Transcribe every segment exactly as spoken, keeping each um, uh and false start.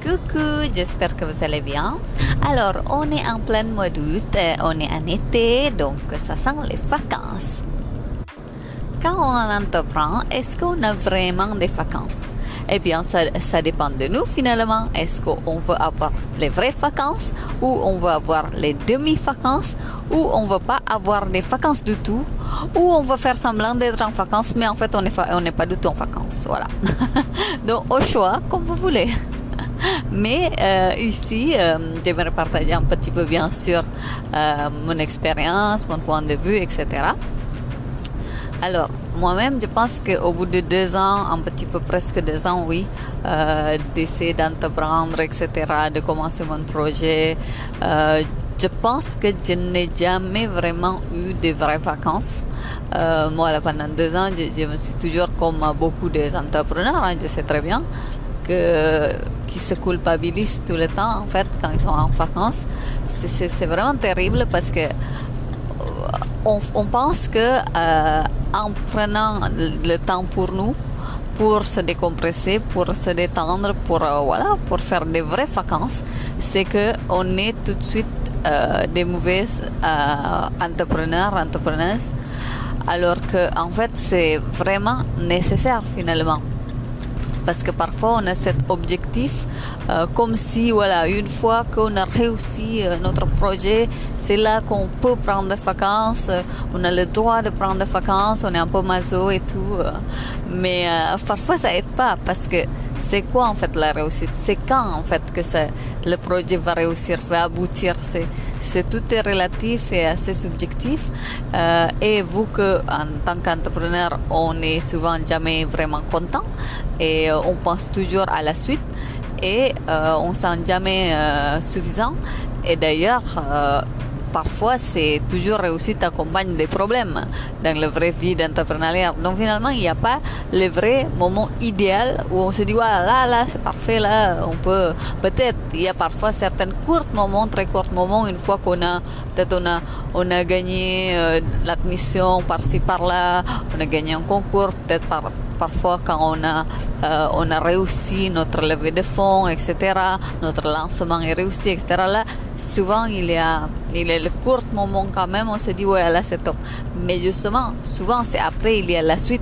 Coucou, j'espère que vous allez bien. Alors, on est en plein mois d'août, euh, on est en été, donc ça sent les vacances. Quand on entreprend, est-ce qu'on a vraiment des vacances? Eh bien, ça, ça dépend de nous finalement. Est-ce qu'on veut avoir les vraies vacances ou on veut avoir les demi-vacances ou on veut pas avoir des vacances du tout ou on va faire semblant d'être en vacances mais en fait on n'est on n'est pas du tout en vacances. Voilà. Donc au choix, comme vous voulez. Mais euh, ici, euh, j'aimerais partager un petit peu bien sûr euh, mon expérience, mon point de vue, et cetera. Alors, moi-même, je pense qu'au bout de deux ans, un petit peu presque deux ans, oui, euh, d'essayer d'entreprendre, et cetera, de commencer mon projet, euh, je pense que je n'ai jamais vraiment eu de vraies vacances. Euh, moi, là, pendant deux ans, je, je me suis toujours comme beaucoup d'entrepreneurs, hein, je sais très bien, que, qui se culpabilisent tout le temps, en fait, quand ils sont en vacances. C'est, c'est, c'est vraiment terrible parce que on, on pense que euh, en prenant le temps pour nous, pour se décompresser, pour se détendre, pour euh, voilà, pour faire des vraies vacances, c'est que on est tout de suite euh, des mauvais euh, entrepreneurs, entrepreneuses, alors que en fait c'est vraiment nécessaire finalement. Parce que parfois on a cet objectif euh, comme si voilà, une fois qu'on a réussi euh, notre projet, c'est là qu'on peut prendre des vacances, euh, on a le droit de prendre des vacances, on est un peu maso et tout, euh, mais euh, parfois ça aide pas parce que c'est quoi en fait la réussite, c'est quand en fait que ça, le projet va réussir, va aboutir, c'est, c'est tout est relatif et assez subjectif euh, et vous que en tant qu'entrepreneur on est souvent jamais vraiment content et euh, on pense toujours à la suite et euh, on sent jamais euh, suffisant et d'ailleurs euh, parfois c'est toujours réussite accompagne des problèmes dans la vraie vie d'entrepreneuriat. Donc finalement il n'y a pas le vrai moment idéal où on se dit voilà, là là c'est parfait, là on peut peut-être il y a parfois certains courts moments, très courts moments, une fois qu'on a peut-être on a on a gagné euh, l'admission par-ci par-là, on a gagné un concours, peut-être par parfois quand on a euh, on a réussi notre levée de fonds, et cetera, notre lancement est réussi, et cetera. Là, souvent il y a il y a le court moment quand même, on se dit ouais là c'est top. Mais justement, souvent c'est après il y a la suite.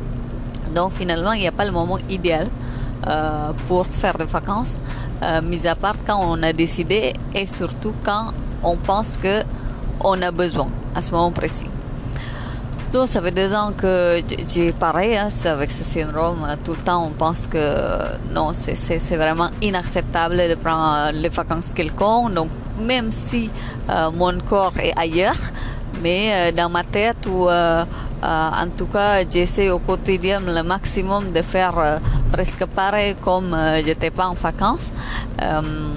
Donc finalement il n'y a pas le moment idéal euh, pour faire des vacances, euh, mis à part quand on a décidé et surtout quand on pense que on a besoin à ce moment précis. Donc, ça fait deux ans que j'ai pareil hein, avec ce syndrome. Tout le temps, on pense que non, c'est, c'est, c'est vraiment inacceptable de prendre les vacances quelconques. Donc, même si euh, mon corps est ailleurs, mais euh, dans ma tête, ou euh, euh, en tout cas, j'essaie au quotidien le maximum de faire euh, presque pareil comme euh, j'étais pas en vacances. Euh,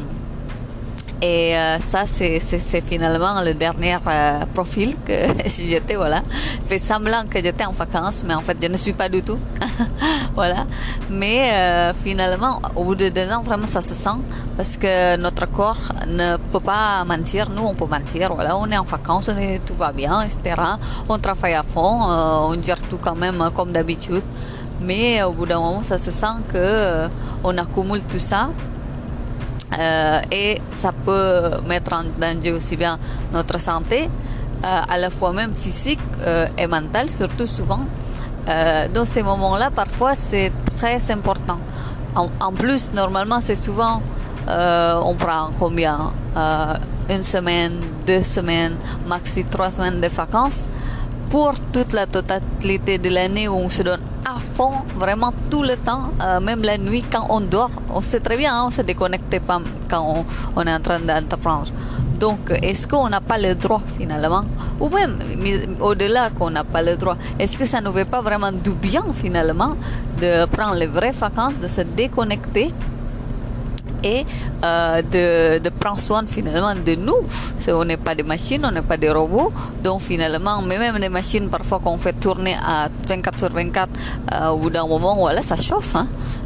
Et euh, ça, c'est, c'est, c'est finalement le dernier euh, profil que j'étais, voilà. Je fais semblant que j'étais en vacances, mais en fait, je ne suis pas du tout. Voilà. Mais euh, finalement, au bout de deux ans, vraiment, ça se sent parce que notre corps ne peut pas mentir. Nous, on peut mentir. Voilà, on est en vacances, on est, tout va bien, et cetera. On travaille à fond, euh, on gère tout quand même comme d'habitude. Mais au bout d'un moment, ça se sent que euh, on accumule tout ça. Euh, et ça peut mettre en danger aussi bien notre santé, euh, à la fois même physique euh, et mentale, surtout souvent. Euh, dans ces moments-là, parfois, c'est très important. En, en plus, normalement, c'est souvent, euh, on prend combien euh, une semaine, deux semaines, maxi trois semaines de vacances pour toute la totalité de l'année où on se donne à fond, vraiment tout le temps, euh, même la nuit quand on dort, on sait très bien, hein, on se déconnecte pas quand on, on est en train d'entreprendre. Donc, est-ce qu'on n'a pas le droit finalement, ou même au-delà qu'on n'a pas le droit, est-ce que ça ne fait pas vraiment du bien finalement de prendre les vraies vacances, de se déconnecter et euh, de, de prendre soin finalement de nous. On n'est pas des machines, on n'est pas des robots, donc finalement, mais même les machines parfois qu'on fait tourner à vingt-quatre sur vingt-quatre, euh, au bout d'un moment, voilà, ça chauffe, hein.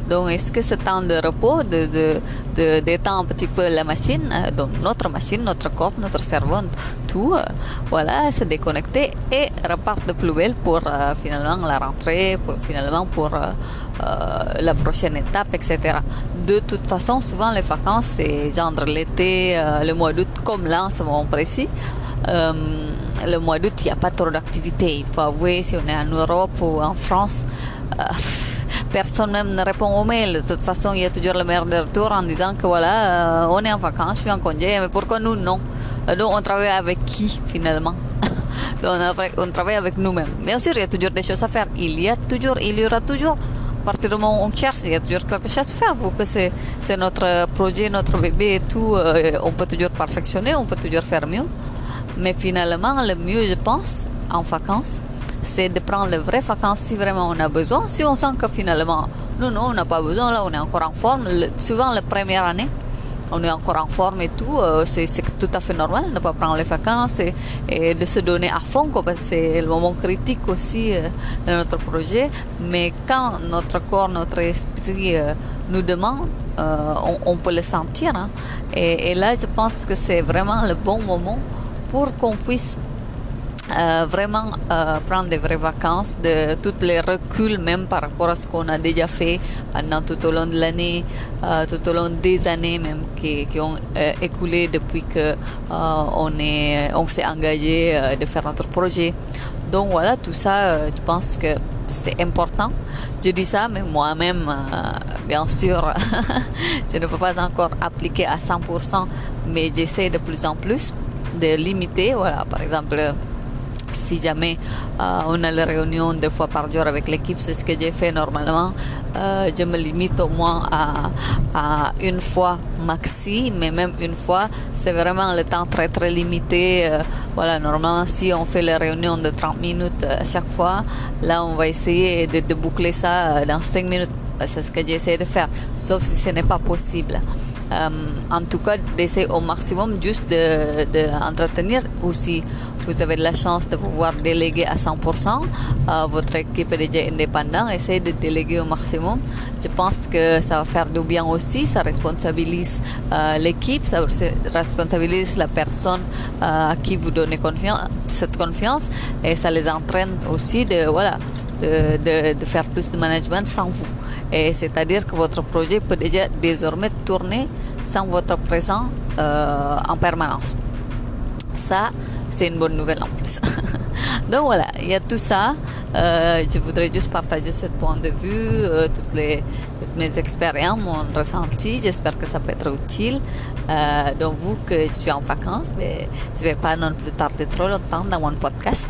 Donc, est-ce que ce temps de repos, de, de, de, d'étendre un petit peu la machine, euh, donc notre machine, notre corps, notre cerveau, tout, euh, voilà, se déconnecter et repart de plus belle pour euh, finalement la rentrée, pour, finalement pour euh, euh, la prochaine étape, et cetera. De toute façon, souvent les vacances, c'est genre l'été, euh, le mois d'août, comme là en ce moment précis. Euh, le mois d'août, il n'y a pas trop d'activités. Il faut avouer, si on est en Europe ou en France, euh, personne même ne répond aux mails. De toute façon, il y a toujours le maire de retour en disant que voilà, euh, on est en vacances, je suis en congé, mais pourquoi nous, non? Donc, on travaille avec qui, finalement? Donc, on, on travaille avec nous-mêmes. Bien sûr, il y a toujours des choses à faire. Il y a toujours, il y aura toujours. À partir du moment où on cherche, il y a toujours quelque chose à faire. Vous que c'est, c'est notre projet, notre bébé et tout. Euh, on peut toujours perfectionner, on peut toujours faire mieux. Mais finalement, le mieux, je pense, en vacances, c'est de prendre les vraies vacances si vraiment on a besoin. Si on sent que finalement, non, non, on n'a pas besoin, là, on est encore en forme. Le, souvent, la première année, on est encore en forme et tout. Euh, c'est, c'est tout à fait normal de ne pas prendre les vacances et, et de se donner à fond, quoi, parce que c'est le moment critique aussi euh, de notre projet. Mais quand notre corps, notre esprit euh, nous demande, euh, on, on peut le sentir. Hein. Et, et là, je pense que c'est vraiment le bon moment pour qu'on puisse euh, vraiment euh, prendre des vraies vacances, de tous les reculs même par rapport à ce qu'on a déjà fait pendant tout au long de l'année, euh, tout au long des années même qui, qui ont euh, écoulé depuis que euh, on est, on s'est engagé euh, de faire notre projet. Donc voilà, tout ça, euh, je pense que c'est important. Je dis ça, mais moi-même, euh, bien sûr, je ne peux pas encore appliquer à cent pour cent, mais j'essaie de plus en plus de limiter. Voilà, par exemple, si jamais euh, on a la réunion deux fois par jour avec l'équipe, c'est ce que j'ai fait normalement. Euh, je me limite au moins à, à une fois maxi, mais même une fois, c'est vraiment le temps très très limité. Euh, voilà, normalement, si on fait les réunions de trente minutes à chaque fois, là, on va essayer de, de boucler ça dans cinq minutes. C'est ce que j'essaie de faire, sauf si ce n'est pas possible. Euh, en tout cas, d'essayer au maximum juste de, de entretenir, ou si vous avez de la chance de pouvoir déléguer à cent pour cent, euh, votre équipe est déjà indépendante, essayez de déléguer au maximum. Je pense que ça va faire du bien aussi, ça responsabilise euh, l'équipe, ça responsabilise la personne euh, à qui vous donnez confiance, cette confiance, et ça les entraîne aussi de, voilà, de, de, de faire plus de management sans vous. Et c'est-à-dire que votre projet peut déjà désormais tourner sans votre présence euh, en permanence. Ça, c'est une bonne nouvelle en plus. Donc voilà, il y a tout ça. Euh, je voudrais juste partager ce point de vue, euh, toutes, les, toutes mes expériences, mon ressenti. J'espère que ça peut être utile. Euh, donc vous que je suis en vacances, mais je ne vais pas non plus tarder trop longtemps dans mon podcast.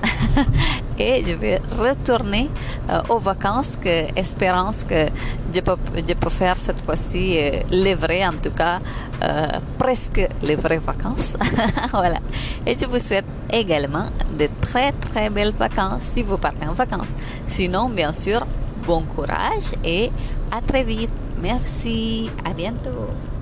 Et je vais retourner euh, aux vacances, que, espérance que je peux, je peux faire cette fois-ci euh, les vraies, en tout cas euh, presque les vraies vacances. Voilà. Et je vous souhaite également de très très belles vacances si vous partez en vacances. Sinon, bien sûr, bon courage et à très vite. Merci, à bientôt.